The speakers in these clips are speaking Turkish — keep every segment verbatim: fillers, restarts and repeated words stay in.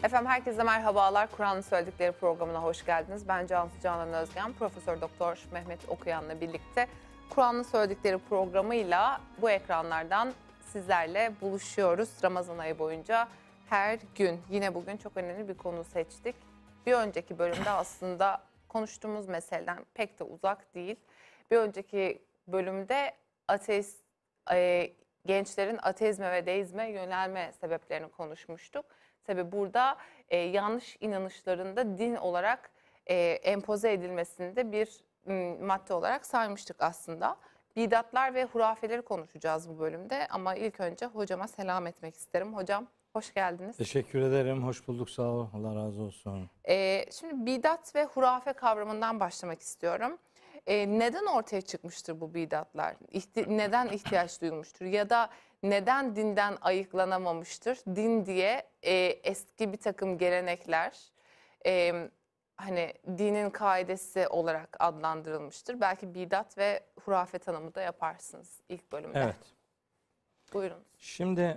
Efendim herkese merhabalar. Kur'an'ın Söyledikleri programına hoş geldiniz. Ben Cansu Canan Özgen, Profesör Doktor Mehmet Okuyan'la birlikte Kur'an'ın Söyledikleri programıyla bu ekranlardan sizlerle buluşuyoruz. Ramazan ayı boyunca her gün. Yine bugün çok önemli bir konu seçtik. Bir önceki bölümde aslında konuştuğumuz meseleden pek de uzak değil. Bir önceki bölümde ateist e, gençlerin ateizme ve deizme yönelme sebeplerini konuşmuştuk. Tabii burada e, yanlış inanışlarında din olarak e, empoze edilmesini de bir m, madde olarak saymıştık aslında. Bidatlar ve hurafeleri konuşacağız bu bölümde ama ilk önce hocama selam etmek isterim. Hocam hoş geldiniz. Teşekkür ederim. Hoş bulduk. Sağ ol. Allah razı olsun. E, şimdi bidat ve hurafe kavramından başlamak istiyorum. E, neden ortaya çıkmıştır bu bidatlar? İhti- neden ihtiyaç duyulmuştur? Ya da neden dinden ayıklanamamıştır? Din diye e, eski bir takım gelenekler e, hani dinin kaidesi olarak adlandırılmıştır. Belki bidat ve hurafe tanımı da yaparsınız ilk bölümde. Evet. Buyurunuz. Şimdi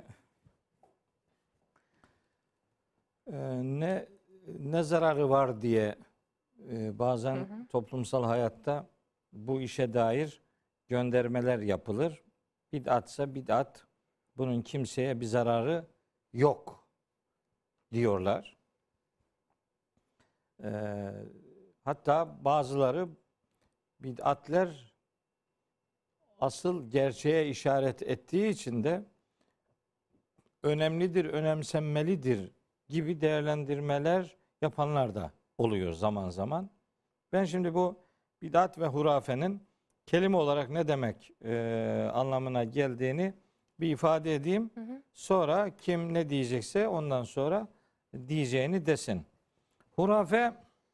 e, ne ne zararı var diye e, bazen hı hı. toplumsal hayatta bu işe dair göndermeler yapılır. Bid'atsa bid'at, bunun kimseye bir zararı yok diyorlar. Ee, hatta bazıları bid'atler asıl gerçeğe işaret ettiği için de önemlidir, önemsenmelidir gibi değerlendirmeler yapanlar da oluyor zaman zaman. Ben şimdi bu bid'at ve hurafenin kelime olarak ne demek e, anlamına geldiğini bir ifade edeyim. Hı hı. Sonra kim ne diyecekse ondan sonra diyeceğini desin. Hurafe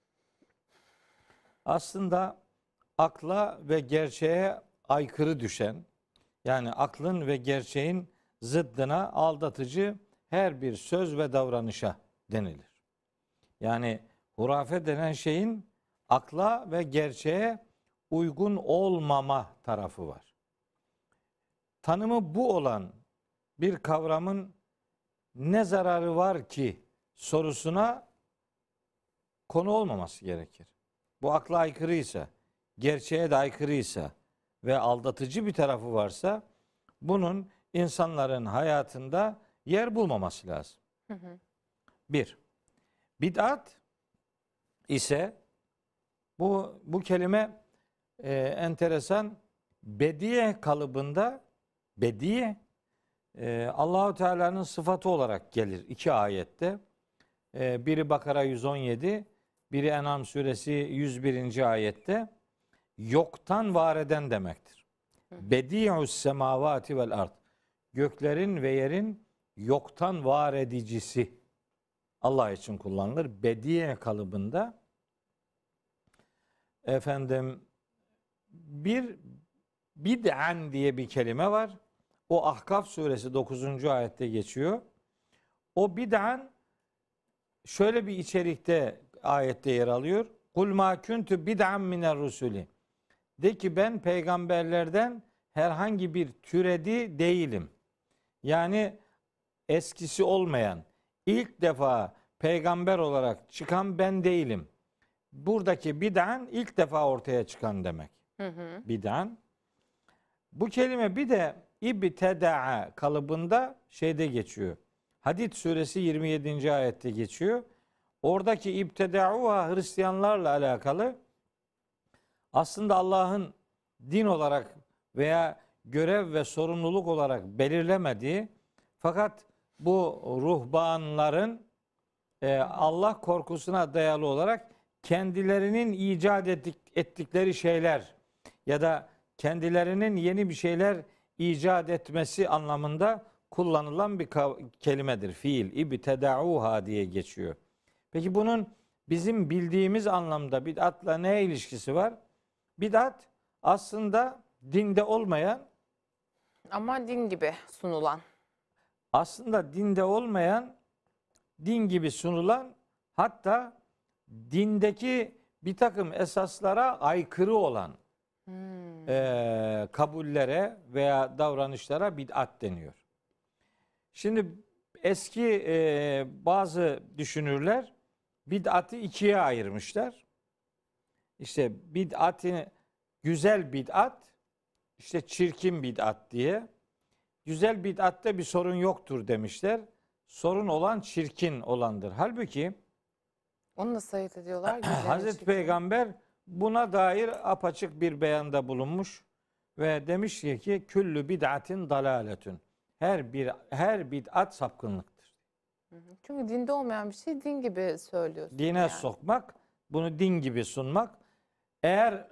aslında akla ve gerçeğe aykırı düşen, yani aklın ve gerçeğin zıddına aldatıcı her bir söz ve davranışa denilir. Yani hurafe denen şeyin akla ve gerçeğe uygun olmama tarafı var. Tanımı bu olan bir kavramın ne zararı var ki sorusuna konu olmaması gerekir. Bu akla aykırıysa, gerçeğe de aykırıysa ve aldatıcı bir tarafı varsa bunun insanların hayatında yer bulmaması lazım. Hı hı. Bir, bid'at ise bu, bu kelime e, enteresan, bediye kalıbında, bediye e, Allahu Teala'nın sıfatı olarak gelir iki ayette. E, biri Bakara yüz on yedi, biri En'am suresi yüz birinci ayette. Yoktan var eden demektir. Bedi'us semavati vel ard. Göklerin ve yerin yoktan var edicisi Allah için kullanılır. Bediye kalıbında. Efendim, bir bid'an diye bir kelime var. O Ahkaf suresi dokuzuncu ayette geçiyor. O bid'an şöyle bir içerikte ayette yer alıyor. Kul ma kuntu bid'an miner rusuli. De ki ben peygamberlerden herhangi bir türedi değilim. Yani eskisi olmayan, ilk defa peygamber olarak çıkan ben değilim. Buradaki bid'an ilk defa ortaya çıkan demek. Hı hı. Bid'an. Bu kelime bir de ibteda'a kalıbında şeyde geçiyor. Hadid suresi yirmi yedinci ayette geçiyor. Oradaki ibteda'uha Hristiyanlarla alakalı, aslında Allah'ın din olarak veya görev ve sorumluluk olarak belirlemediği, fakat bu ruhbanların e, Allah korkusuna dayalı olarak kendilerinin icat ettik, ettikleri şeyler ya da kendilerinin yeni bir şeyler icat etmesi anlamında kullanılan bir kelimedir. Fiil, ibteda'uha diye geçiyor. Peki bunun bizim bildiğimiz anlamda bid'atla ne ilişkisi var? Bid'at aslında dinde olmayan ama din gibi sunulan. Aslında dinde olmayan, din gibi sunulan, hatta dindeki bir takım esaslara aykırı olan hmm. e, kabullere veya davranışlara bid'at deniyor. Şimdi eski e, bazı düşünürler bid'atı ikiye ayırmışlar. İşte bid'atı güzel bid'at, işte çirkin bid'at diye. Güzel bid'atte bir sorun yoktur demişler. Sorun olan çirkin olandır. Halbuki Onu nasıl ayırt ediyorlar? Güzel, Hazreti çirkin. Peygamber buna dair apaçık bir beyanda bulunmuş ve demiş ki ki küllü bid'atin dalaletün. Her bir her bid'at sapkınlıktır. Hı hı. Çünkü dinde olmayan bir şey din gibi söylüyorsun. Dine yani. sokmak, bunu din gibi sunmak. Eğer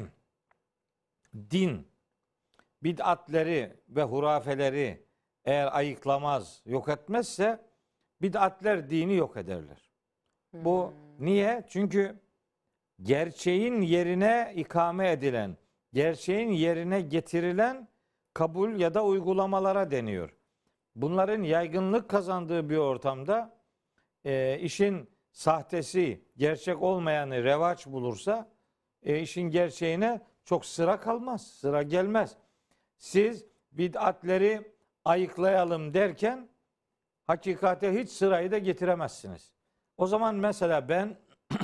din bid'atleri ve hurafeleri eğer ayıklamaz, yok etmezse bid'atler dini yok ederler. Bu niye? Çünkü gerçeğin yerine ikame edilen, gerçeğin yerine getirilen kabul ya da uygulamalara deniyor. Bunların yaygınlık kazandığı bir ortamda e, işin sahtesi, gerçek olmayanı revaç bulursa e, işin gerçeğine çok sıra kalmaz, sıra gelmez. Siz bid'atleri ayıklayalım derken hakikate hiç sırayı da getiremezsiniz. O zaman mesela ben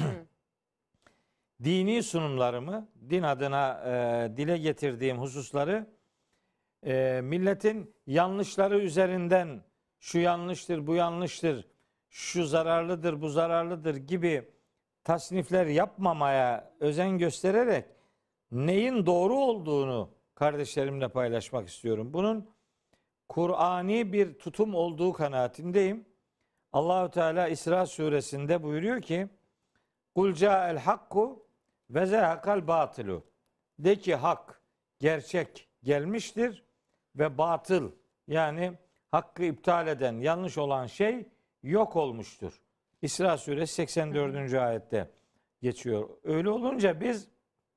dini sunumlarımı, din adına e, dile getirdiğim hususları e, milletin yanlışları üzerinden şu yanlıştır, bu yanlıştır, şu zararlıdır, bu zararlıdır gibi tasnifler yapmamaya özen göstererek neyin doğru olduğunu kardeşlerimle paylaşmak istiyorum. Bunun Kur'ani bir tutum olduğu kanaatindeyim. Allahu Teala İsra suresinde buyuruyor ki: "Kul ca'el hakku ve zehakal batilu." De ki hak, gerçek gelmiştir ve batıl, yani hakkı iptal eden, yanlış olan şey yok olmuştur. İsra suresi seksen dördüncü ayette geçiyor. Öyle olunca biz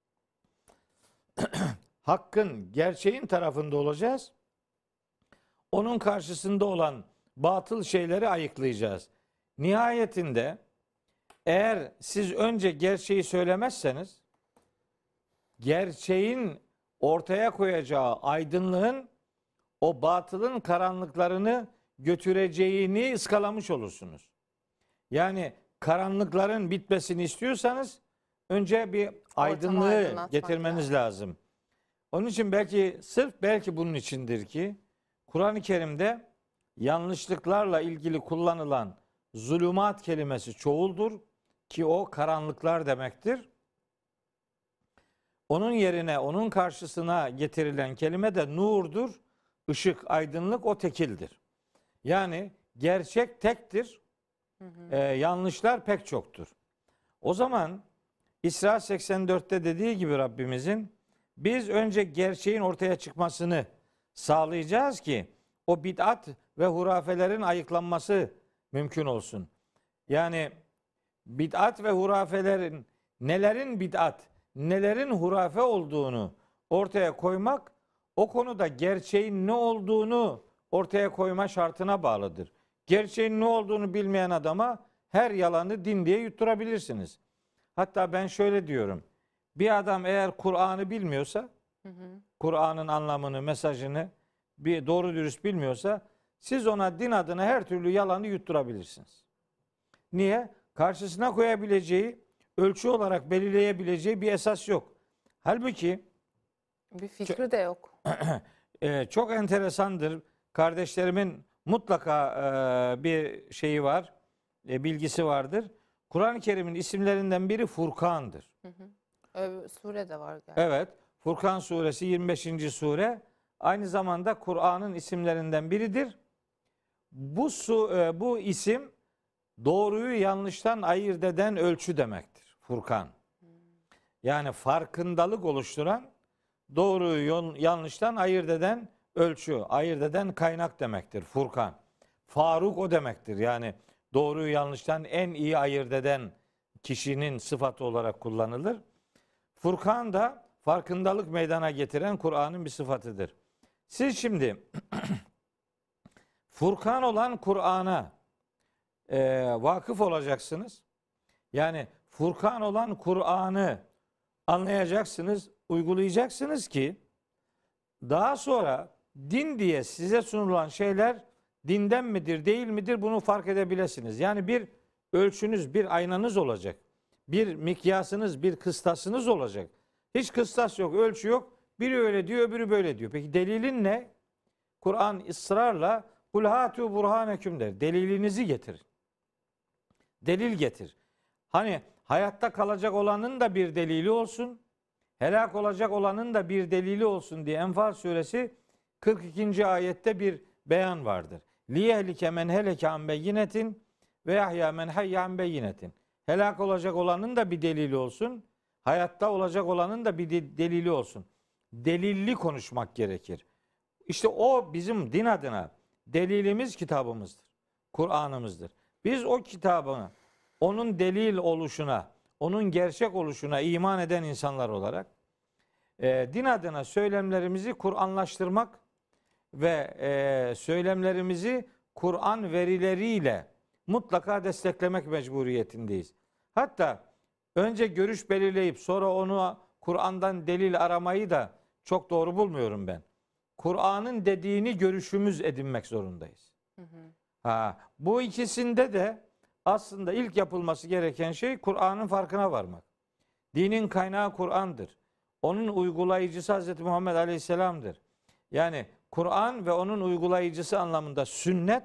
hakkın, gerçeğin tarafında olacağız. Onun karşısında olan batıl şeyleri ayıklayacağız. Nihayetinde eğer siz önce gerçeği söylemezseniz, gerçeğin ortaya koyacağı aydınlığın o batılın karanlıklarını götüreceğini ıskalamış olursunuz. Yani karanlıkların bitmesini istiyorsanız önce bir aydınlığı aydınlatmak getirmeniz lazım. Onun için belki sırf belki bunun içindir ki Kur'an-ı Kerim'de yanlışlıklarla ilgili kullanılan zulümat kelimesi çoğuldur ki o karanlıklar demektir. Onun yerine, onun karşısına getirilen kelime de nurdur. Işık, aydınlık o tekildir. Yani gerçek tektir. Hı hı. Ee, yanlışlar pek çoktur. O zaman İsra seksen dörtte dediği gibi Rabbimizin biz önce gerçeğin ortaya çıkmasını sağlayacağız ki o bid'at ve hurafelerin ayıklanması mümkün olsun. Yani bid'at ve hurafelerin nelerin bid'at, nelerin hurafe olduğunu ortaya koymak o konuda gerçeğin ne olduğunu ortaya koyma şartına bağlıdır. Gerçeğin ne olduğunu bilmeyen adama her yalanı din diye yutturabilirsiniz. Hatta ben şöyle diyorum. Bir adam eğer Kur'an'ı bilmiyorsa, Kur'an'ın anlamını, mesajını bir doğru dürüst bilmiyorsa siz ona din adına her türlü yalanı yutturabilirsiniz. Niye? Karşısına koyabileceği, ölçü olarak belirleyebileceği bir esas yok. Halbuki bir fikri çok, de yok. e, çok enteresandır. Kardeşlerimin mutlaka e, bir şeyi var, e, bilgisi vardır. Kur'an-ı Kerim'in isimlerinden biri Furkan'dır. Hı hı. Öyle sure de var galiba. Evet. Furkan suresi yirmi beşinci sure aynı zamanda Kur'an'ın isimlerinden biridir. Bu su, e, bu isim doğruyu yanlıştan ayırt eden ölçü demektir. Furkan. Yani farkındalık oluşturan, doğruyu yanlıştan ayırt eden ölçü, ayırt eden kaynak demektir. Furkan. Faruk o demektir. Yani doğruyu yanlıştan en iyi ayırt eden kişinin sıfatı olarak kullanılır. Furkan da farkındalık meydana getiren Kur'an'ın bir sıfatıdır. Siz şimdi Furkan olan Kur'an'a e, vakıf olacaksınız. Yani Furkan olan Kur'an'ı anlayacaksınız, uygulayacaksınız ki daha sonra din diye size sunulan şeyler dinden midir, değil midir bunu fark edebilirsiniz. Yani bir ölçünüz, bir aynanız olacak. Bir mikyasınız, bir kıstasınız olacak. Hiç kıstas yok, ölçü yok. Biri öyle diyor, öbürü böyle diyor. Peki delilin ne? Kur'an ısrarla kul hatu burhaneküm der. Delilinizi getir. Delil getir. Hani hayatta kalacak olanın da bir delili olsun. Helak olacak olanın da bir delili olsun diye Enfal suresi kırk ikinci ayette bir beyan vardır. Liyehlike men heleke an beyinetin ve yahya men hayya an beyinetin. Helak olacak olanın da bir delili olsun. Hayatta olacak olanın da bir de- delili olsun. Delilli konuşmak gerekir. İşte o bizim din adına delilimiz kitabımızdır. Kur'an'ımızdır. Biz o kitabını, onun delil oluşuna, onun gerçek oluşuna iman eden insanlar olarak e, din adına söylemlerimizi Kur'anlaştırmak ve e, söylemlerimizi Kur'an verileriyle mutlaka desteklemek mecburiyetindeyiz. Hatta önce görüş belirleyip sonra onu Kur'an'dan delil aramayı da çok doğru bulmuyorum ben. Kur'an'ın dediğini görüşümüz edinmek zorundayız. Hı hı. Ha, bu ikisinde de aslında ilk yapılması gereken şey Kur'an'ın farkına varmak. Dinin kaynağı Kur'an'dır. Onun uygulayıcısı Hazreti Muhammed Aleyhisselam'dır. Yani Kur'an ve onun uygulayıcısı anlamında sünnet,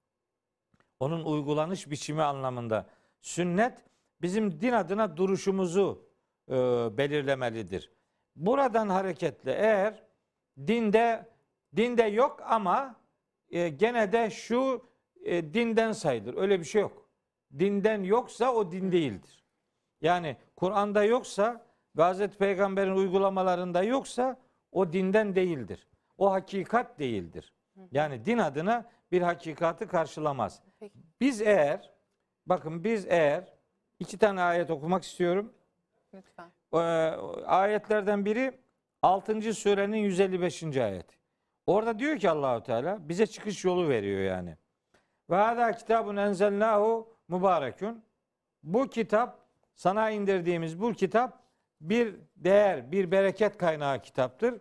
onun uygulanış biçimi anlamında sünnet bizim din adına duruşumuzu e, belirlemelidir. Buradan hareketle eğer dinde dinde yok ama e, gene de şu e, dinden sayılır. Öyle bir şey yok. Dinden yoksa o din değildir. Yani Kur'an'da yoksa ve Hazreti Peygamber'in uygulamalarında yoksa o dinden değildir. O hakikat değildir. Yani din adına bir hakikati karşılamaz. Peki. Biz eğer, bakın biz eğer iki tane ayet okumak istiyorum. Lütfen. Ee, ayetlerden biri altıncı surenin yüz elli beşinci ayeti. Orada diyor ki Allahu Teala bize çıkış yolu veriyor yani. Ve hâzâ kitabun enzelnâhu mübârekün. Bu kitap, sana indirdiğimiz bu kitap bir değer, bir bereket kaynağı kitaptır.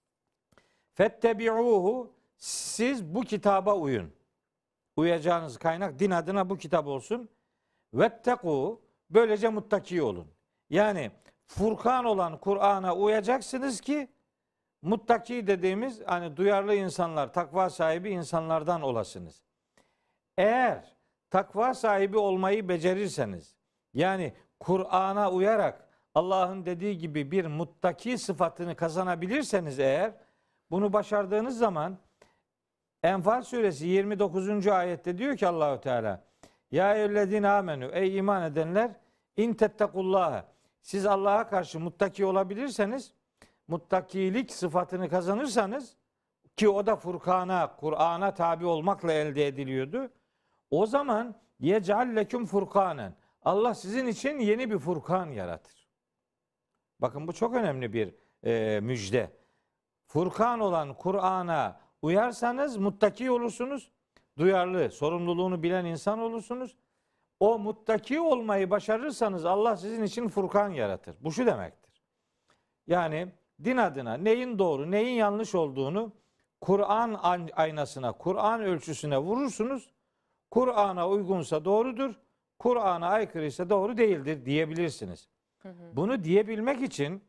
Fettebi'ûhu, siz bu kitaba uyun. Uyacağınız kaynak din adına bu kitap olsun. Vettekû, böylece muttaki olun. Yani Furkan olan Kur'an'a uyacaksınız ki muttaki dediğimiz hani duyarlı insanlar, takva sahibi insanlardan olasınız. Eğer takva sahibi olmayı becerirseniz, yani Kur'an'a uyarak Allah'ın dediği gibi bir muttaki sıfatını kazanabilirseniz eğer, bunu başardığınız zaman Enfal suresi yirmi dokuzuncu ayette diyor ki Allahu Teala: Ya eyyühellezine amenu, ey iman edenler, in tettekullaha, siz Allah'a karşı muttaki olabilirseniz, muttakilik sıfatını kazanırsanız, ki o da Furkan'a, Kur'an'a tabi olmakla elde ediliyordu. O zaman yec'al leküm furkanen, Allah sizin için yeni bir Furkan yaratır. Bakın bu çok önemli bir e, müjde. Furkan olan Kur'an'a uyarsanız muttaki olursunuz. Duyarlı, sorumluluğunu bilen insan olursunuz. O muttaki olmayı başarırsanız Allah sizin için Furkan yaratır. Bu şu demektir. Yani din adına neyin doğru, neyin yanlış olduğunu Kur'an aynasına, Kur'an ölçüsüne vurursunuz. Kur'an'a uygunsa doğrudur, Kur'an'a aykırıysa doğru değildir diyebilirsiniz. Hı hı. Bunu diyebilmek için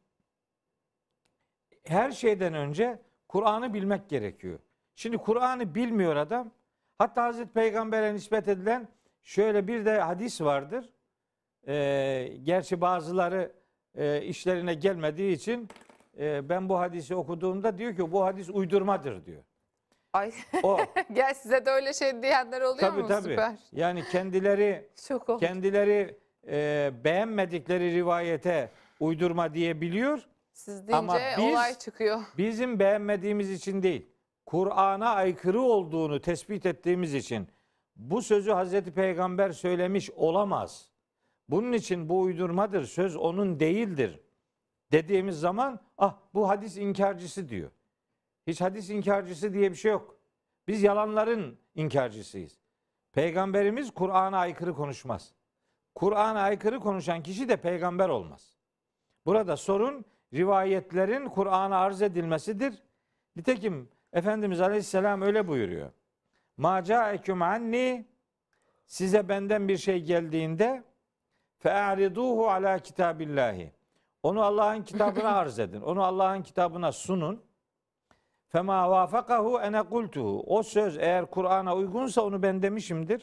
her şeyden önce Kur'an'ı bilmek gerekiyor. Şimdi Kur'an'ı bilmiyor adam. Hatta Hazreti Peygamber'e nispet edilen şöyle bir de hadis vardır. Ee, gerçi bazıları e, işlerine gelmediği için e, ben bu hadisi okuduğumda diyor ki bu hadis uydurmadır diyor. Ay. O, Gel size de öyle şey diyenler oluyor tabii, mu? Tabii. Süper. Yani kendileri Şok oldum. kendileri e, beğenmedikleri rivayete uydurma diyebiliyor. Siz deyince ama biz, olay çıkıyor. Bizim beğenmediğimiz için değil, Kur'an'a aykırı olduğunu tespit ettiğimiz için bu sözü Hazreti Peygamber söylemiş olamaz. Bunun için bu uydurmadır, söz onun değildir dediğimiz zaman ah bu hadis inkarcısı diyor. Hiç hadis inkarcısı diye bir şey yok. Biz yalanların inkarcısıyız. Peygamberimiz Kur'an'a aykırı konuşmaz. Kur'an'a aykırı konuşan kişi de peygamber olmaz. Burada sorun rivayetlerin Kur'an'a arz edilmesidir. Nitekim Efendimiz Aleyhisselam öyle buyuruyor. Ma ca'ekum anni, size benden bir şey geldiğinde fe'ariduhu ala kitabillahi. Onu Allah'ın kitabına arz edin. Onu Allah'ın kitabına sunun. Fema vafakahu ene kultuhu. O söz eğer Kur'an'a uygunsa onu ben demişimdir.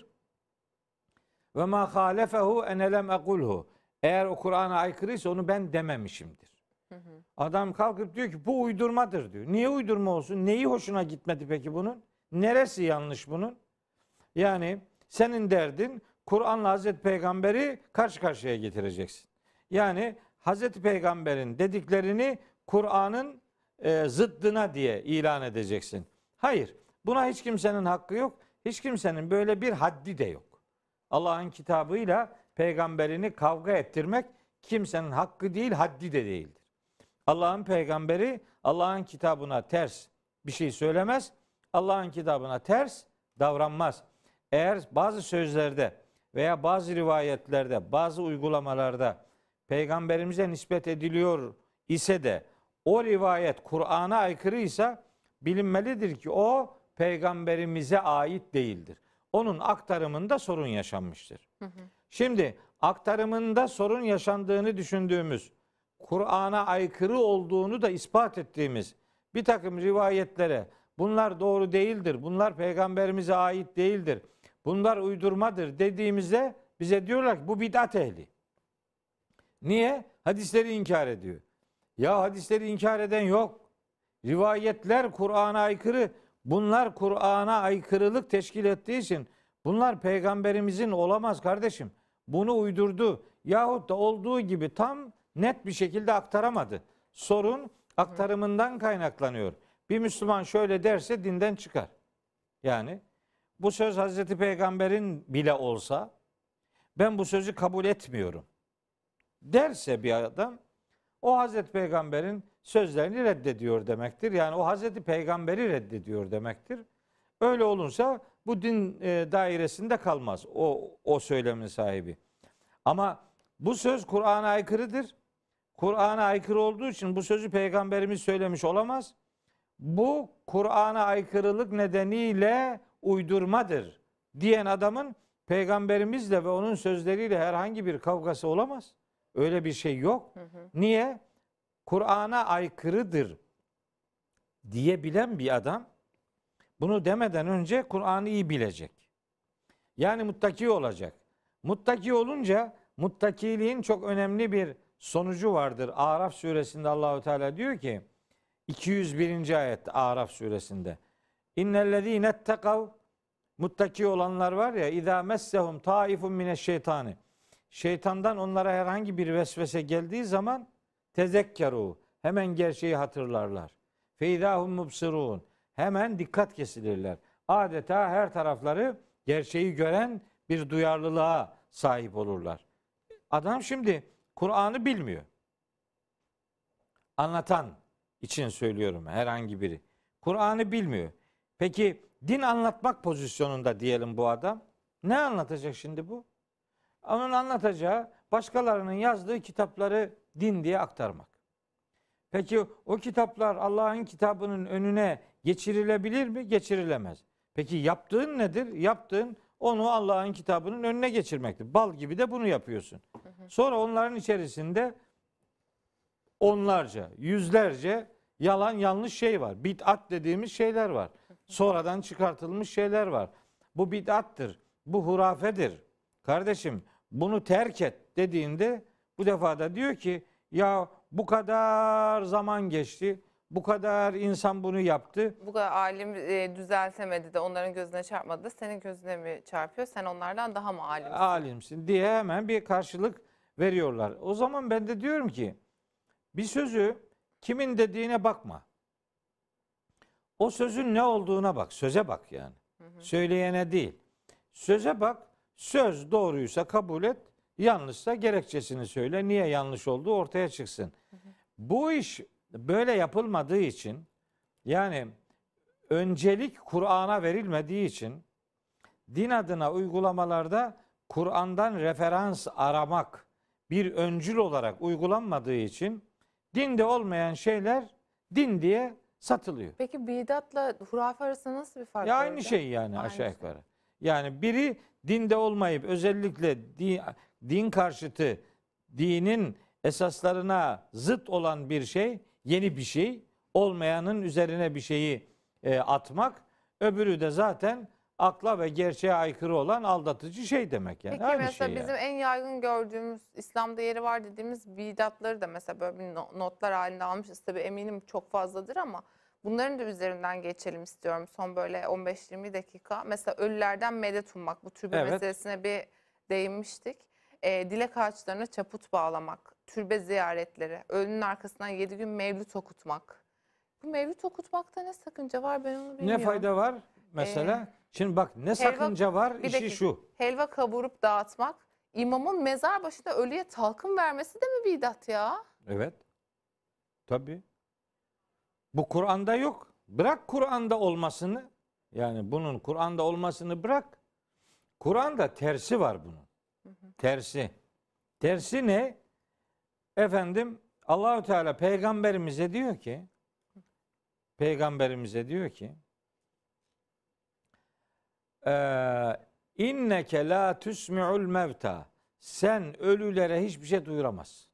Ve ma halefehu ene lem ekulhu. Eğer o Kur'an'a aykırıysa onu ben dememişimdir. Hı hı. Adam kalkıp diyor ki bu uydurmadır diyor. Niye uydurma olsun? Neyi hoşuna gitmedi peki bunun? Neresi yanlış bunun? Yani senin derdin Kur'an'la Hazreti Peygamber'i karşı karşıya getireceksin. Yani Hazreti Peygamber'in dediklerini Kur'an'ın e, zıddına diye ilan edeceksin. Hayır, buna hiç kimsenin hakkı yok. Hiç kimsenin böyle bir haddi de yok. Allah'ın kitabıyla peygamberini kavga ettirmek kimsenin hakkı değil, haddi de değildir. Allah'ın peygamberi Allah'ın kitabına ters bir şey söylemez. Allah'ın kitabına ters davranmaz. Eğer bazı sözlerde veya bazı rivayetlerde, bazı uygulamalarda peygamberimize nispet ediliyor ise de o rivayet Kur'an'a aykırıysa bilinmelidir ki o peygamberimize ait değildir. Onun aktarımında sorun yaşanmıştır. Hı hı. Şimdi aktarımında sorun yaşandığını düşündüğümüz, Kur'an'a aykırı olduğunu da ispat ettiğimiz bir takım rivayetlere bunlar doğru değildir, bunlar peygamberimize ait değildir, bunlar uydurmadır dediğimizde bize diyorlar ki bu bid'at ehli. Niye? Hadisleri inkar ediyor. Ya hadisleri inkar eden yok. Rivayetler Kur'an'a aykırı. Bunlar Kur'an'a aykırılık teşkil ettiği için bunlar peygamberimizin olamaz kardeşim. Bunu uydurdu. Yahut da olduğu gibi tam net bir şekilde aktaramadı. Sorun aktarımından kaynaklanıyor. Bir Müslüman şöyle derse dinden çıkar. Yani bu söz Hazreti Peygamber'in bile olsa ben bu sözü kabul etmiyorum derse bir adam, o Hazreti Peygamber'in sözlerini reddediyor demektir. Yani o Hazreti Peygamber'i reddediyor demektir. Öyle olursa bu din e, dairesinde kalmaz o o söylemin sahibi. Ama bu söz Kur'an'a aykırıdır. Kur'an'a aykırı olduğu için bu sözü Peygamberimiz söylemiş olamaz. Bu Kur'an'a aykırılık nedeniyle uydurmadır diyen adamın Peygamberimizle ve onun sözleriyle herhangi bir kavgası olamaz. Öyle bir şey yok. Hı hı. Niye? Kur'an'a aykırıdır diyebilen bir adam bunu demeden önce Kur'an'ı iyi bilecek. Yani muttaki olacak. Muttaki olunca muttakiliğin çok önemli bir sonucu vardır. Araf suresinde Allahu Teala diyor ki iki yüz birinci ayet Araf suresinde. İnnellezîne ettekav, muttaki olanlar var ya, izâ messehum taifun mineşşeytani. Şeytandan onlara herhangi bir vesvese geldiği zaman tezekkeru, hemen gerçeği hatırlarlar. Feydahum mubsirun, hemen dikkat kesilirler. Adeta her tarafları gerçeği gören bir duyarlılığa sahip olurlar. Adam şimdi Kur'an'ı bilmiyor. Anlatan için söylüyorum, herhangi biri. Kur'an'ı bilmiyor. Peki din anlatmak pozisyonunda diyelim bu adam. Ne anlatacak şimdi bu? Onun anlatacağı başkalarının yazdığı kitapları din diye aktarmak. Peki o kitaplar Allah'ın kitabının önüne geçirilebilir mi? Geçirilemez. Peki yaptığın nedir? Yaptığın onu Allah'ın kitabının önüne geçirmektir. Bal gibi de bunu yapıyorsun. Sonra onların içerisinde onlarca, yüzlerce yalan yanlış şey var. Bid'at dediğimiz şeyler var. Sonradan çıkartılmış şeyler var. Bu bid'attır. Bu hurafedir. Kardeşim bunu terk et dediğinde bu defa da diyor ki ya bu kadar zaman geçti. Bu kadar insan bunu yaptı. Bu kadar alim e, düzeltemedi de onların gözüne çarpmadı da senin gözüne mi çarpıyor? Sen onlardan daha mı alimsin? Alimsin diye hemen bir karşılık veriyorlar. O zaman ben de diyorum ki bir sözü kimin dediğine bakma. O sözün ne olduğuna bak. Söze bak yani. Hı hı. Söyleyene değil. Söze bak. Söz doğruysa kabul et. Yanlışsa gerekçesini söyle. Niye yanlış olduğu ortaya çıksın. Hı hı. Bu iş böyle yapılmadığı için, yani öncelik Kur'an'a verilmediği için din adına uygulamalarda Kur'an'dan referans aramak bir öncül olarak uygulanmadığı için dinde olmayan şeyler din diye satılıyor. Peki bidatla hurafe arasında nasıl bir fark Ya var aynı hocam? şey yani Aynı aşağı şey. yukarı. Yani biri dinde olmayıp özellikle din, din karşıtı, dinin esaslarına zıt olan bir şey, yeni bir şey, olmayanın üzerine bir şeyi e, atmak, öbürü de zaten akla ve gerçeğe aykırı olan aldatıcı şey demek yani. Peki Aynı mesela şey yani. bizim en yaygın gördüğümüz İslam'da yeri var dediğimiz bidatları da mesela böyle bir no- notlar halinde almışız. Tabii eminim çok fazladır ama bunların da üzerinden geçelim istiyorum son böyle on beş yirmi dakika. Mesela ölülerden medet ummak, bu türbe Evet. meselesine bir değinmiştik. Ee, dilek ağaçlarına çaput bağlamak, türbe ziyaretleri, ölünün arkasından yedi gün mevlüt okutmak. Bu mevlüt okutmakta ne sakınca var ben onu bilmiyorum. Ne fayda var mesela? Şimdi bak ne sakınca var bir işi dakika. şu. Helva kavurup dağıtmak, imamın mezar başında ölüye talkın vermesi de mi bidat ya? Evet. Tabii. Bu Kur'an'da yok. Bırak Kur'an'da olmasını. Yani bunun Kur'an'da olmasını bırak. Kur'an'da tersi var bunun. Tersi. Tersi ne? Efendim Allahü Teala peygamberimize diyor ki peygamberimize diyor ki eee, inneke la tusmi'ul mevta. Sen ölülere hiçbir şey duyuramazsın.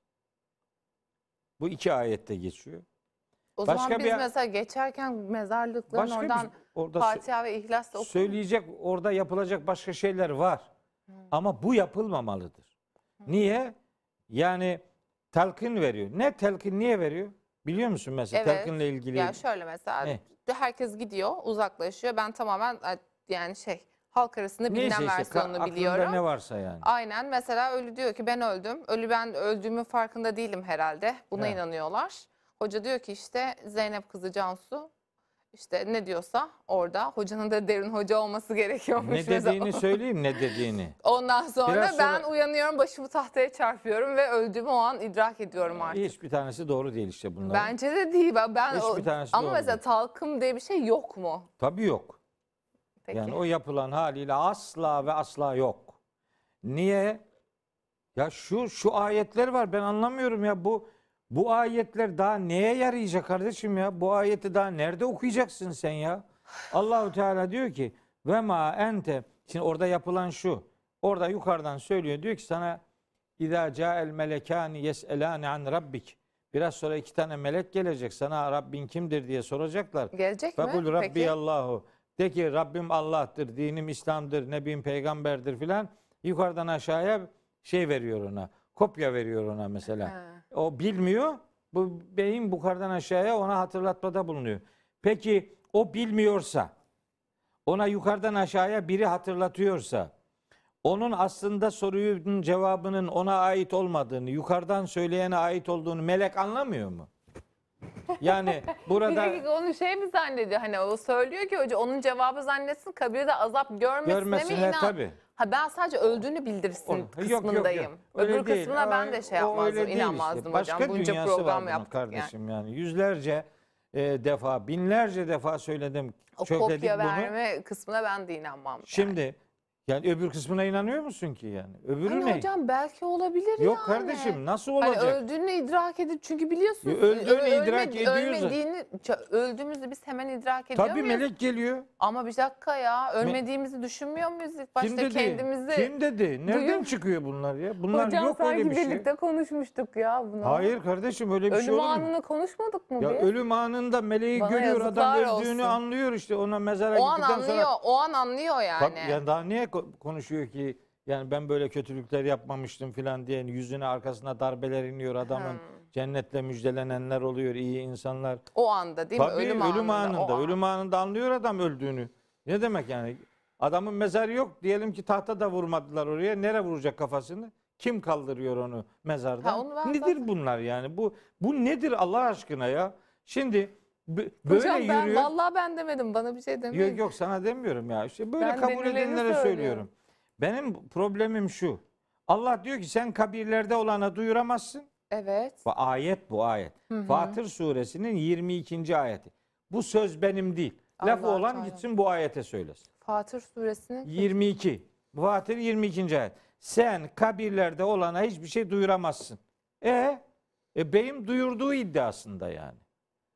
Bu iki ayette geçiyor. O Başka zaman biz bir- mesela geçerken mezarlıkların Başka oradan bir orada sö- Fatiha ve İhlas da okur. söyleyecek, orada yapılacak başka şeyler var. Ama bu yapılmamalıdır. Niye? Yani telkin veriyor. Ne telkin niye veriyor? Biliyor musun mesela Evet. telkinle ilgili? Ya şöyle mesela Ne? herkes gidiyor, uzaklaşıyor. Ben tamamen yani şey halk arasında bilinen Neyse işte ka- versiyonunu aklında biliyorum. ne varsa yani. Aynen mesela ölü diyor ki ben öldüm. Ölü ben öldüğümün farkında değilim herhalde. Buna Evet. inanıyorlar. Hoca diyor ki işte Zeynep kızı Cansu işte ne diyorsa orada hocanın da derin hoca olması gerekiyormuş. Ne mesela. dediğini söyleyeyim ne dediğini. Ondan sonra Biraz ben sonra- uyanıyorum başımı tahtaya çarpıyorum ve öldüğümü o an idrak ediyorum artık. Hiçbir tanesi doğru değil işte bunlar. Bence de değil. Ben, ben Hiçbir o- tanesi ama doğru mesela değil. talkım diye bir şey yok mu? Tabii yok. Peki. Yani o yapılan haliyle asla ve asla yok. Niye? Ya şu şu ayetler var ben anlamıyorum ya bu bu ayetler daha neye yarayacak kardeşim ya? Bu ayeti daha nerede okuyacaksın sen ya? Allahu Teala diyor ki ve ma ente. Şimdi orada yapılan şu. Orada yukarıdan söylüyor. Diyor ki sana İzâ câel melekâni yes'elâne an rabbik. Biraz sonra iki tane melek gelecek. Sana Rabbin kimdir diye soracaklar. Gelecek mi? Fekul Peki. Rabbiyallahu. De ki Rabbim Allah'tır, dinim İslam'dır, nebim peygamberdir filan. Yukarıdan aşağıya şey veriyor ona. Kopya veriyor ona mesela. Ha. O bilmiyor. Bu beyin yukarıdan aşağıya ona hatırlatmada bulunuyor. Peki o bilmiyorsa, ona yukarıdan aşağıya biri hatırlatıyorsa, onun aslında sorunun cevabının ona ait olmadığını, yukarıdan söyleyene ait olduğunu melek anlamıyor mu? Yani Bir burada dakika onu şey mi zannediyor? Hani o söylüyor ki hoca onun cevabı zannetsin kabirde azap görmesine görmesine mi inan? tabii. Ha ben sadece öldüğünü bildirsin O- yok, kısmındayım. yok, yok. Öyle Öbür değil. kısmına ben O- de şey o yapmazdım, öyle değil inanmazdım işte. hocam. Başka Bunca dünyası var program bunun yaptık yani. kardeşim yani. Yüzlerce e, defa, binlerce defa söyledim. O Çökledik kopya bunu. verme kısmına ben de inanmam. yani. Şimdi yani öbür kısmına inanıyor musun ki yani? Öbürü Hani ne? hocam belki olabilir Yok yani. kardeşim nasıl Hani olacak? öldüğünü idrak edip çünkü biliyorsunuz Ya öldüğünü ö- idrak ölme- ediyoruz. ölmediğini ç- öldüğümüzü biz hemen idrak ediyor Tabii muyuz? melek geliyor. Ama bir dakika ya ölmediğimizi düşünmüyor muyuz ilk başta Kim dedi? kendimizi? Kim dedi? Nereden duyuyor- çıkıyor bunlar ya? Bunlar Hocam yok sanki öyle bir şey. birlikte konuşmuştuk ya bunu. Hayır kardeşim öyle bir Ölüm şey olur mu? anını konuşmadık mı Ya biz? ölüm anında meleği Bana görüyor adam yazıklar öldüğünü olsun. anlıyor işte ona mezara O an gittikten anlıyor, sonra. o an anlıyor yani. Tabii, ya daha niye ko- konuşuyor ki yani ben böyle kötülükler yapmamıştım filan diye yüzüne arkasına darbeler iniyor adamın. Hmm. Cennetle müjdelenenler oluyor iyi insanlar. O anda değil mi? Tabii Ölüm, ölüm, anında. anında. o an. Ölüm anında anlıyor adam öldüğünü. Ne demek yani? Adamın mezarı yok. Diyelim ki tahta da vurmadılar oraya. Nereye vuracak kafasını? Kim kaldırıyor onu mezardan? Ha, onu ben nedir zaten- bunlar yani? Bu bu nedir Allah aşkına ya? Şimdi b- böyle Hocam ben yürüyor. vallahi ben demedim. Bana bir şey demeyin. Yok yok sana demiyorum ya. İşte böyle Ben kabul denileni edenlere söylüyorum. söylüyorum. Benim problemim şu. Allah diyor ki sen kabirlerde olana duyuramazsın. Evet. Bu ayet bu ayet. Fatır suresinin yirmi ikinci ayeti. Bu söz benim değil. Lafı Allah olan Teala. gitsin bu ayete söylesin. Fatır suresinin yirmi iki. Fatır yirmi ikinci ayet. Sen kabirlerde olana hiçbir şey duyuramazsın. E, e beyim duyurduğu iddiasında yani.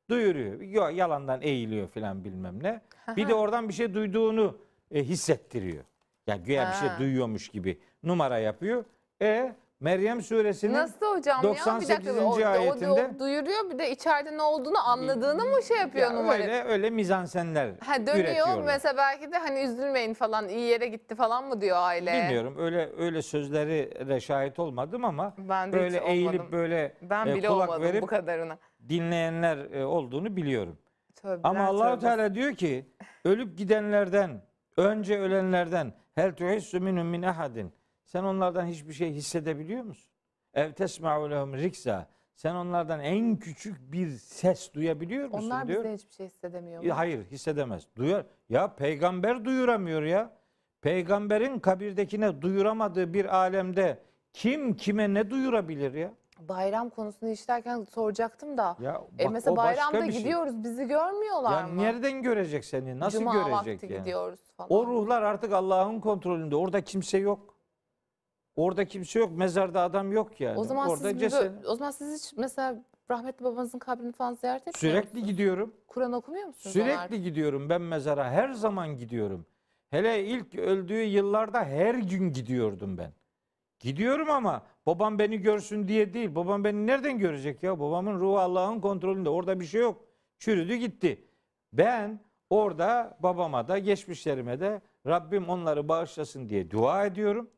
Duyuruyor. Yo, yalandan eğiliyor filan bilmem ne. Bir de oradan bir şey duyduğunu e, hissettiriyor. Yani güya bir şey Ha. duyuyormuş gibi numara yapıyor. E Meryem suresinin Nasıl hocam doksan ya? Bir dakika. sekizinci O, o- ayetinde o duyuruyor, bir de içeride ne olduğunu anladığını mı şey yapıyor ya numara? öyle öyle mizansenler Ha, dönüyor üretiyorlar. mesela, belki de hani üzülmeyin falan, iyi yere gitti falan mı diyor aile? Bilmiyorum, öyle öyle sözleri de şahit olmadım ama Ben de böyle hiç eğilip olmadım. böyle Ben e, bile kulak olmadım verip bu kadarına. dinleyenler e, olduğunu biliyorum. Tövbeler Ama Allahu tövbesi. Teala diyor ki ölüp gidenlerden, önce ölenlerden hel tuhissu minhum min ahadin. Sen onlardan hiçbir şey hissedebiliyor musun? Ev tesma'u lehum riksa. Sen onlardan en küçük bir ses duyabiliyor musun Onlar diyor. bize hiçbir şey hissedemiyor mu? Ya hayır, hissedemez. Duyar. Ya peygamber duyuramıyor ya. Peygamberin kabirdekine duyuramadığı bir alemde kim kime ne duyurabilir ya? Bayram konusunu işlerken soracaktım da. Ya E bak, mesela o başka bayramda bir şey. gidiyoruz, bizi görmüyorlar Ya mı? nereden görecek seni? Nasıl Cuma görecek vakti yani? gidiyoruz falan. O ruhlar artık Allah'ın kontrolünde. Orada kimse yok. Orada kimse yok. Mezarda adam yok yani. O zaman Orada siz ceset. böyle- o zaman siz hiç mesela rahmetli babanızın kabrini falan ziyaret etmiyor Sürekli musunuz? gidiyorum. Kur'an okumuyor musunuz Sürekli onlar? gidiyorum ben mezara. Her zaman gidiyorum. Hele ilk öldüğü yıllarda her gün gidiyordum ben. Gidiyorum ama babam beni görsün diye değil. Babam beni nereden görecek ya? Babamın ruhu Allah'ın kontrolünde. Orada bir şey yok. Çürüdü gitti. Ben orada babama da geçmişlerime de Rabbim onları bağışlasın diye dua ediyorum.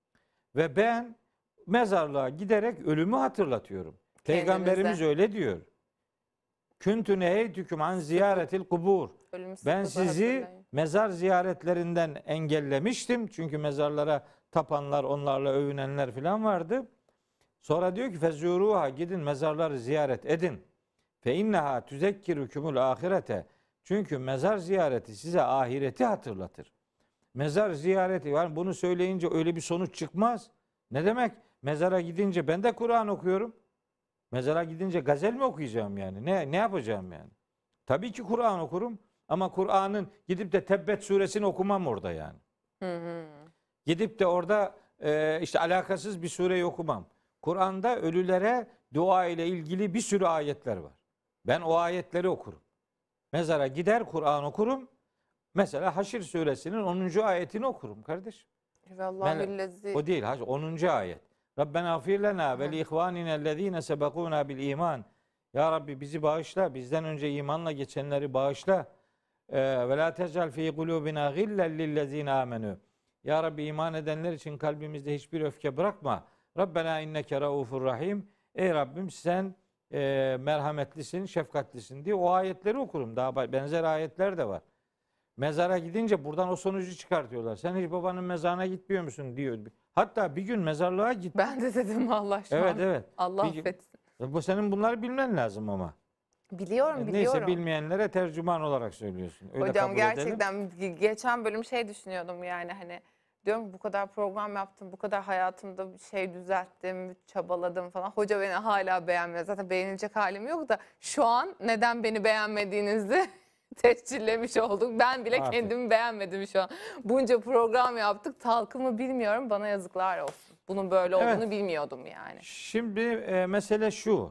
Ve ben mezarlığa giderek ölümü hatırlatıyorum. Peygamberimiz öyle diyor. Küntü neheytüküm an ziyaretil kubur. Ölümü Ben sıklıkla sizi hatırlayın. mezar ziyaretlerinden engellemiştim. Çünkü mezarlara tapanlar, onlarla övünenler falan vardı. Sonra diyor ki fezuruha, gidin mezarları ziyaret edin. Fe inneha tüzekkirukumul ahirete. Çünkü mezar ziyareti size ahireti hatırlatır. Mezar ziyareti, yani bunu söyleyince öyle bir sonuç çıkmaz. Ne demek? Mezara gidince ben de Kur'an okuyorum. Mezara gidince gazel mi okuyacağım yani? Ne ne yapacağım yani? Tabii ki Kur'an okurum ama Kur'an'ın gidip de Tebbet suresini okumam orada yani. Hı hı. Gidip de orada e, işte alakasız bir sureyi okumam. Kur'an'da ölülere dua ile ilgili bir sürü ayetler var. Ben o ayetleri okurum. Mezara gider Kur'an okurum. Mesela Haşr suresinin onuncu ayetini okurum kardeşim. Vallahillezi. O değil, hac onuncu ayet. Rabbena afir lena ve li ihvaninellezine sebekuna bil iman. Ya Rabbi bizi bağışla, bizden önce imanla geçenleri bağışla. Ee, ve la tec'al fi kulubina gillen lillezine amenu. Ya Rabbi iman edenler için kalbimizde hiçbir öfke bırakma. Rabbena inneke raufur rahim. Ey Rabbim sen e, merhametlisin, şefkatlisin diye o ayetleri okurum. Daha benzer ayetler de var. Mezara gidince buradan o sonucu çıkartıyorlar. Sen hiç babanın mezarına gitmiyor musun diyor. Hatta bir gün mezarlığa git. Ben de dedim Allah şu Evet an. evet. Allah Bir- affetsin. Bu senin bunları bilmen lazım ama. Biliyorum Neyse biliyorum. bilmeyenlere tercüman olarak söylüyorsun. Öyle Hocam kabul edelim. gerçekten ge- geçen bölüm şey düşünüyordum, yani hani diyorum bu kadar program yaptım, bu kadar hayatımda bir şey düzelttim, çabaladım falan. Hoca beni hala beğenmiyor. Zaten beğenilecek halim yok da şu an neden beni beğenmediğinizi tescillemiş olduk. Ben bile Artık. kendimi beğenmedim şu an. Bunca program yaptık, talkımı bilmiyorum, bana yazıklar olsun. Bunun böyle olduğunu Evet. bilmiyordum yani. Şimdi e, mesele şu.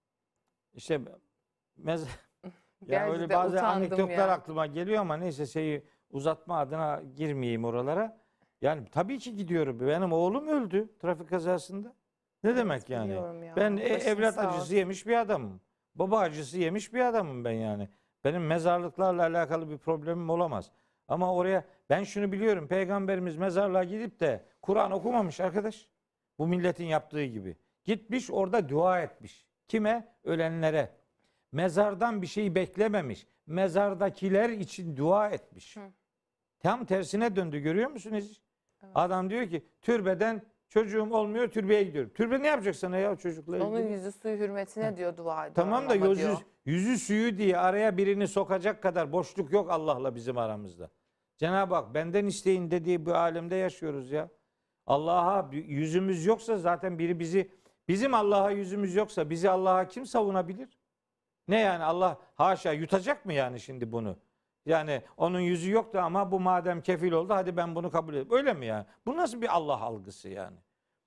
İşte mez ya öyle Gerçekten bazı utandım anekdotlar ya. aklıma geliyor ama neyse şeyi uzatma adına girmeyeyim oralara. Yani tabii ki gidiyorum. Benim oğlum öldü trafik kazasında. Ne demek yani? biliyorum ya. Ben e, Başınız evlat sağ acısı olsun. yemiş bir adamım. Baba acısı yemiş bir adamım ben yani. Benim mezarlıklarla alakalı bir problemim olamaz. Ama oraya ben şunu biliyorum. Peygamberimiz mezarlığa gidip de Kur'an okumamış arkadaş. Bu milletin yaptığı gibi. Gitmiş orada dua etmiş. Kime? Ölenlere. Mezardan bir şey beklememiş. Mezardakiler için dua etmiş. Hı. Tam tersine döndü, görüyor musunuz? Adam diyor ki türbeden çocuğum olmuyor, türbeye gidiyorum. Türbe ne yapacak sana ya çocukla ilgili? Onun yüzü suyu hürmetine diyor, dua ediyorum Tamam da ama yüzü, diyor. yüzü suyu diye araya birini sokacak kadar boşluk yok Allah'la bizim aramızda. Cenab-ı Hak benden isteyin dediği bu alemde yaşıyoruz ya. Allah'a yüzümüz yoksa zaten biri bizi, bizim Allah'a yüzümüz yoksa bizi Allah'a kim savunabilir? Ne yani Allah haşa yutacak mı yani şimdi bunu? Yani onun yüzü yoktu ama bu madem kefil oldu hadi ben bunu kabul edeyim. Öyle mi yani? Bu nasıl bir Allah algısı yani?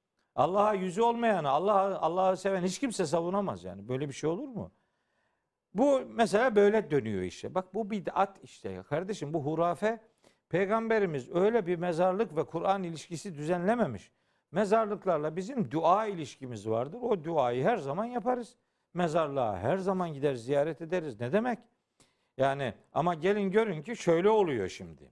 Allah'a yüzü olmayanı, Allah'ı Allah'ı seven hiç kimse savunamaz yani. Böyle bir şey olur mu? Bu mesela böyle dönüyor işte. Bak bu bid'at işte ya kardeşim, bu hurafe. Peygamberimiz öyle bir mezarlık ve Kur'an ilişkisi düzenlememiş. Mezarlıklarla bizim dua ilişkimiz vardır. O duayı her zaman yaparız. Mezarlığa her zaman gider ziyaret ederiz. Ne demek? Yani ama gelin görün ki şöyle oluyor şimdi.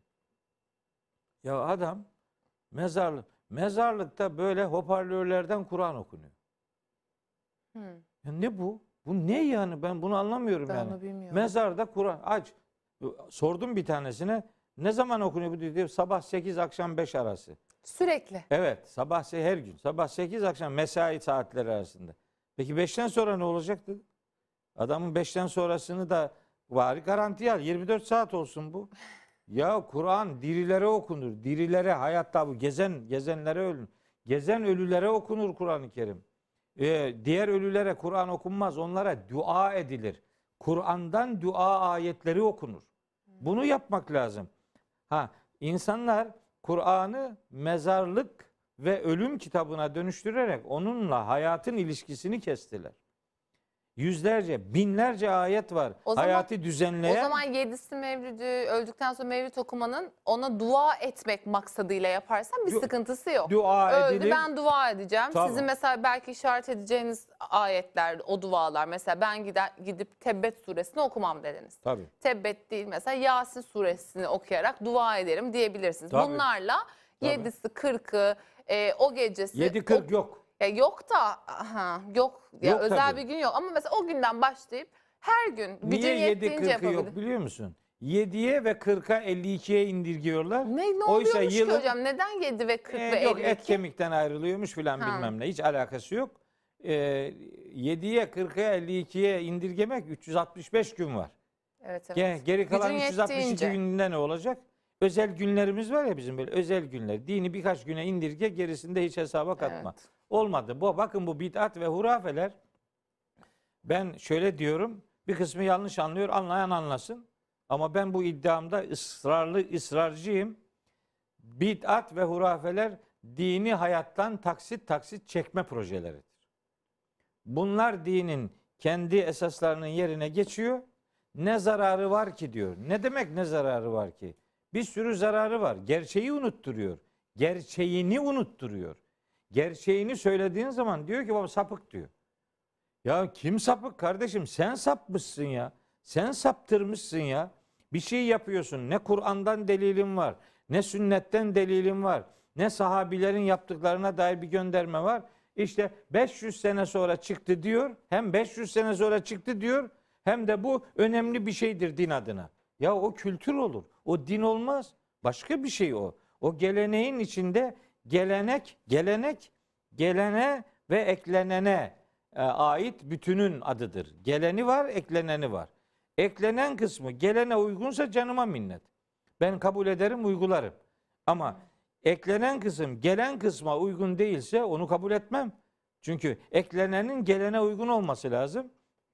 Ya adam mezarlık mezarlıkta böyle hoparlörlerden Kur'an okunuyor. Hmm. Ya ne bu? Bu ne yani? Ben bunu anlamıyorum Ben yani. onu bilmiyorum. Mezarda Kur'an aç. Sordum bir tanesine. Ne zaman okunuyor bu dedi. Sabah sekiz akşam beş arası. Sürekli. Evet, sabah se- her gün. Sabah sekiz akşam mesai saatleri arasında. Peki beşten sonra ne olacak dedi. Adamın beşten sonrasını da bari garantiye al. yirmi dört saat olsun bu. Ya Kur'an dirilere okunur. Dirilere, hayatta bu gezen gezenlere ölün. Gezen ölülere okunur Kur'an-ı Kerim. Ee, diğer ölülere Kur'an okunmaz. Onlara dua edilir. Kur'an'dan dua ayetleri okunur. Bunu yapmak lazım. Ha, insanlar Kur'an'ı mezarlık ve ölüm kitabına dönüştürerek onunla hayatın ilişkisini kestiler. Yüzlerce, binlerce ayet var. O zaman- Hayatı düzenleyen. O zaman yedisi Mevlid'i öldükten sonra Mevlid okumanın ona dua etmek maksadıyla yaparsan bir Du- sıkıntısı yok. dua Öldü edilir. ben dua edeceğim. Tamam. Sizin mesela belki işaret edeceğiniz ayetler, o dualar. Mesela ben gider, gidip Tebbet suresini okumam dediniz. Tabii. Tebbet değil mesela Yasin suresini okuyarak dua ederim diyebilirsiniz. Tabii. Bunlarla Tabii. yedisi, kırkı, e, o gecesi. yedi kırk yok. Ya yok da aha, yok ya Yok özel tabii. bir gün yok ama mesela o günden başlayıp her gün gücün Niye yedi yettiğince kırkı yapabilir. yok biliyor musun? yediye ve kırka elli ikiye indirgiyorlar. Ne, ne Oysa oluyormuş yılın- ki hocam? Neden yedi ve kırk Ee, ve yok elli iki? et kemikten ayrılıyormuş filan Ha. bilmem ne. Hiç alakası yok. Ee, yediye kırkaya elli ikiye indirgemek üç yüz altmış beş gün var. Evet evet. Ge- Geri kalan Gücün üç yüz altmış iki yettiğince. günde ne olacak? Özel günlerimiz var ya bizim böyle özel günler. Dini birkaç güne indirge, gerisinde hiç hesaba katma. Evet. Olmadı. Bu bakın bu bid'at ve hurafeler. Ben şöyle diyorum. Bir kısmı yanlış anlıyor. Anlayan anlasın. Ama ben bu iddiamda ısrarlı ısrarcıyım. Bid'at ve hurafeler dini hayattan taksit taksit çekme projeleridir. Bunlar dinin kendi esaslarının yerine geçiyor. Ne zararı var ki diyor. Ne demek ne zararı var ki? Bir sürü zararı var. Gerçeği unutturuyor. Gerçeğini unutturuyor. Gerçeğini söylediğin zaman diyor ki baba sapık diyor. Ya kim sapık kardeşim? Sen sapmışsın ya. Sen saptırmışsın ya. Bir şey yapıyorsun. Ne Kur'an'dan delilin var. Ne sünnetten delilin var. Ne sahabilerin yaptıklarına dair bir gönderme var. İşte beş yüz sene sonra çıktı diyor. Hem beş yüz sene sonra çıktı diyor. Hem de bu önemli bir şeydir din adına. Ya o kültür olur. O din olmaz. Başka bir şey o. O geleneğin içinde gelenek, gelenek, gelene ve eklenene e, ait bütünün adıdır. Geleni var, ekleneni var. Eklenen kısmı gelene uygunsa canıma minnet. Ben kabul ederim, uygularım. Ama eklenen kısım gelen kısma uygun değilse onu kabul etmem. Çünkü eklenenin gelene uygun olması lazım.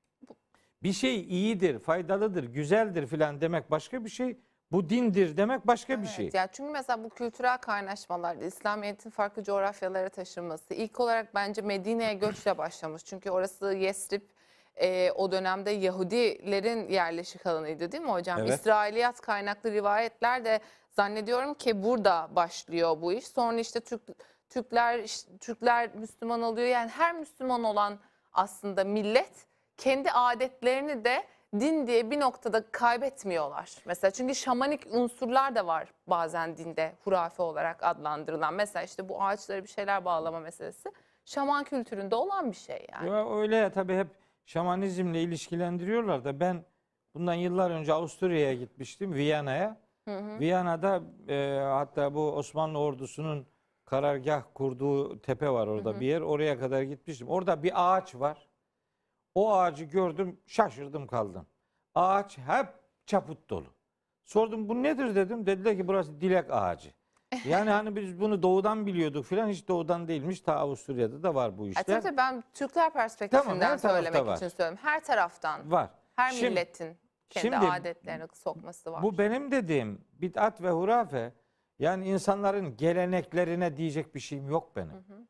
Bir şey iyidir, faydalıdır, güzeldir filan demek başka bir şey. Bu dindir demek başka bir Evet, şey. yani çünkü mesela bu kültürel kaynaşmalarda İslamiyet'in farklı coğrafyalara taşınması ilk olarak bence Medine'ye göçle başlamış. Çünkü orası Yesrib e, o dönemde Yahudilerin yerleşik alanıydı değil mi hocam? Evet. İsrailiyat kaynaklı rivayetler de zannediyorum ki burada başlıyor bu iş. Sonra işte Türk, Türkler işte Türkler Müslüman oluyor. Yani her Müslüman olan aslında millet kendi adetlerini de din diye bir noktada kaybetmiyorlar. Mesela çünkü şamanik unsurlar da var bazen dinde hurafe olarak adlandırılan. Mesela işte bu ağaçlara bir şeyler bağlama meselesi şaman kültüründe olan bir şey yani. Ya öyle ya, tabii hep şamanizmle ilişkilendiriyorlar da ben bundan yıllar önce Avusturya'ya gitmiştim, Viyana'ya. Hı hı. Viyana'da e, hatta bu Osmanlı ordusunun karargah kurduğu tepe var orada Hı hı. bir yer. Oraya kadar gitmiştim. Orada bir ağaç var. O ağacı gördüm, şaşırdım kaldım. Ağaç hep çaput dolu. Sordum bu nedir dedim. Dediler ki burası dilek ağacı. Yani hani biz bunu doğudan biliyorduk filan, hiç doğudan değilmiş. Ta Avusturya'da da var bu E, işler. tabii tabii ben Türkler perspektifinden Tamam, her tarafta söylemek var. için söylüyorum. Her taraftan, Var. her Şimdi- milletin kendi şimdi adetlerini sokması var. Bu benim dediğim bid'at ve hurafe, yani insanların geleneklerine diyecek bir şeyim yok benim. Hı hı.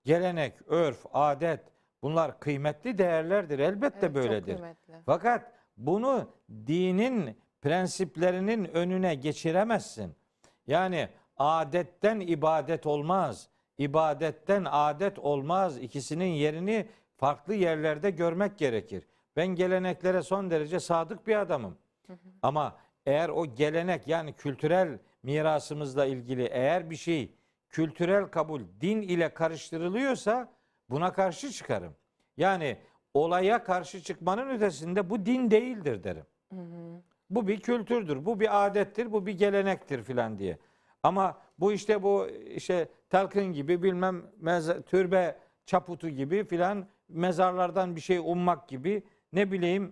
Gelenek, örf, adet bunlar kıymetli değerlerdir. Elbette Evet, çok böyledir. kıymetli. Fakat bunu dinin prensiplerinin önüne geçiremezsin. Yani adetten ibadet olmaz. İbadetten adet olmaz. İkisinin yerini farklı yerlerde görmek gerekir. Ben geleneklere son derece sadık bir adamım. Hı hı. Ama eğer o gelenek, yani kültürel mirasımızla ilgili eğer bir şey kültürel kabul din ile karıştırılıyorsa buna karşı çıkarım. Yani olaya karşı çıkmanın ötesinde bu din değildir derim. Hı hı. Bu bir kültürdür, bu bir adettir, bu bir gelenektir filan diye. Ama bu işte bu işte talkın gibi bilmem mez- türbe çaputu gibi filan mezarlardan bir şey ummak gibi, ne bileyim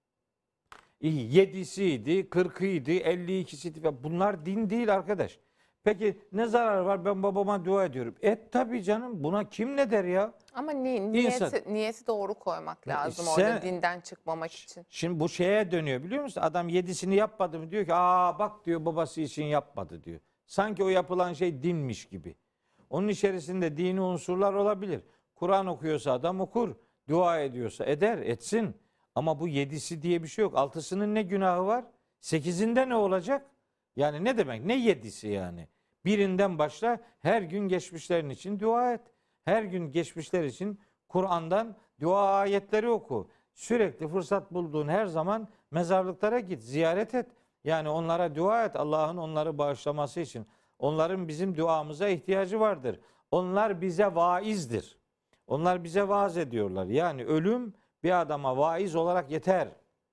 yedisiydi, kırkıydı, elli ikisiydi. Bunlar din değil arkadaş. Peki ne zarar var? Ben babama dua ediyorum. Et tabii canım. Buna kim ne der ya? Ama ni, niyeti, İnsan, niyeti doğru koymak lazım sen, orada dinden çıkmamak için. Şimdi bu şeye dönüyor biliyor musun? Adam yedisini yapmadı mı diyor ki aa bak diyor babası için yapmadı diyor. Sanki o yapılan şey dinmiş gibi. Onun içerisinde dini unsurlar olabilir. Kur'an okuyorsa adam okur. Dua ediyorsa eder, etsin. Ama bu yedisi diye bir şey yok. Altısının ne günahı var? Sekizinde ne olacak? Yani ne demek? Ne yedisi yani? Birinden başla, her gün geçmişlerin için dua et. Her gün geçmişler için Kur'an'dan dua ayetleri oku. Sürekli fırsat bulduğun her zaman mezarlıklara git, ziyaret et. Yani onlara dua et, Allah'ın onları bağışlaması için. Onların bizim duamıza ihtiyacı vardır. Onlar bize vaizdir. Onlar bize vaaz ediyorlar. Yani ölüm bir adama vaiz olarak yeter.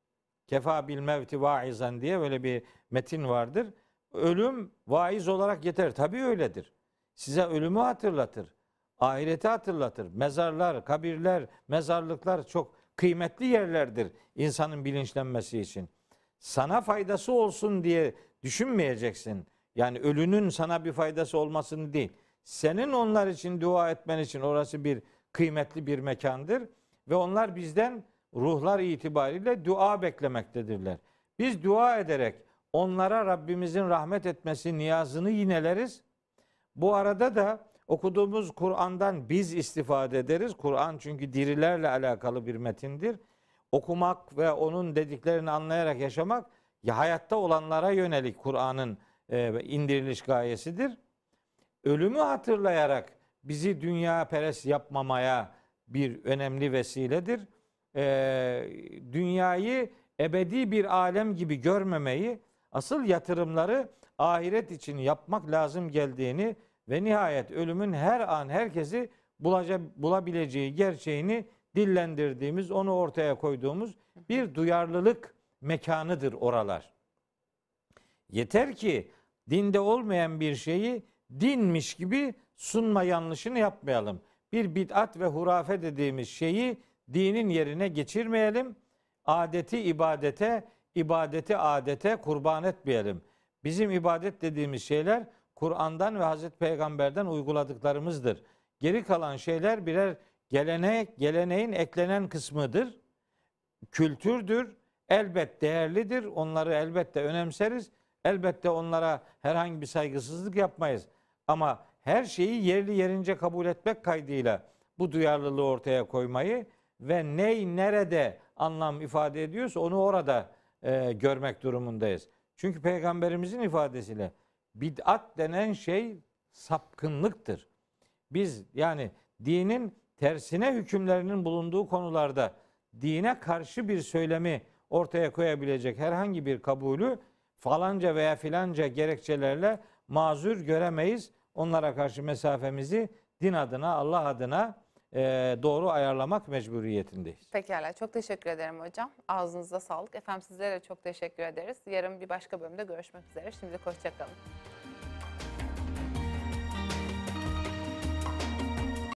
Kefa bil mevti vaizan diye böyle bir metin vardır. Ölüm vaiz olarak yeter. Tabii öyledir. Size ölümü hatırlatır. Ahireti hatırlatır. Mezarlar, kabirler, mezarlıklar çok kıymetli yerlerdir insanın bilinçlenmesi için. Sana faydası olsun diye düşünmeyeceksin. Yani ölünün sana bir faydası olmasını değil. Senin onlar için dua etmen için orası bir kıymetli bir mekandır. Ve onlar bizden ruhlar itibariyle dua beklemektedirler. Biz dua ederek onlara Rabbimizin rahmet etmesi niyazını yineleriz. Bu arada da okuduğumuz Kur'an'dan biz istifade ederiz. Kur'an çünkü dirilerle alakalı bir metindir. Okumak ve onun dediklerini anlayarak yaşamak ya hayatta olanlara yönelik Kur'an'ın e, indiriliş gayesidir. Ölümü hatırlayarak bizi dünya perest yapmamaya bir önemli vesiledir. Ee, dünyayı ebedi bir alem gibi görmemeyi, asıl yatırımları ahiret için yapmak lazım geldiğini ve nihayet ölümün her an herkesi bulacak, bulabileceği gerçeğini dillendirdiğimiz, onu ortaya koyduğumuz bir duyarlılık mekanıdır oralar. Yeter ki dinde olmayan bir şeyi dinmiş gibi sunma yanlışını yapmayalım. Bir bid'at ve hurafe dediğimiz şeyi dinin yerine geçirmeyelim. Adeti ibadete, ibadeti adete kurban etmeyelim. Bizim ibadet dediğimiz şeyler Kur'an'dan ve Hazreti Peygamber'den uyguladıklarımızdır. Geri kalan şeyler birer gelenek, geleneğin eklenen kısmıdır. Kültürdür. Elbet değerlidir. Onları elbette önemseriz. Elbette onlara herhangi bir saygısızlık yapmayız. Ama her şeyi yerli yerince kabul etmek kaydıyla bu duyarlılığı ortaya koymayı ve ney nerede anlam ifade ediyorsa onu orada e, görmek durumundayız. Çünkü Peygamberimizin ifadesiyle bid'at denen şey sapkınlıktır. Biz yani dinin tersine hükümlerinin bulunduğu konularda dine karşı bir söylemi ortaya koyabilecek herhangi bir kabulü falanca veya filanca gerekçelerle mazur göremeyiz. Onlara karşı mesafemizi din adına, Allah adına e, doğru ayarlamak mecburiyetindeyiz. Pekala, çok teşekkür ederim hocam. Ağzınıza sağlık. Efendim sizlere de çok teşekkür ederiz. Yarın bir başka bölümde görüşmek üzere. Şimdilik hoşça kalın.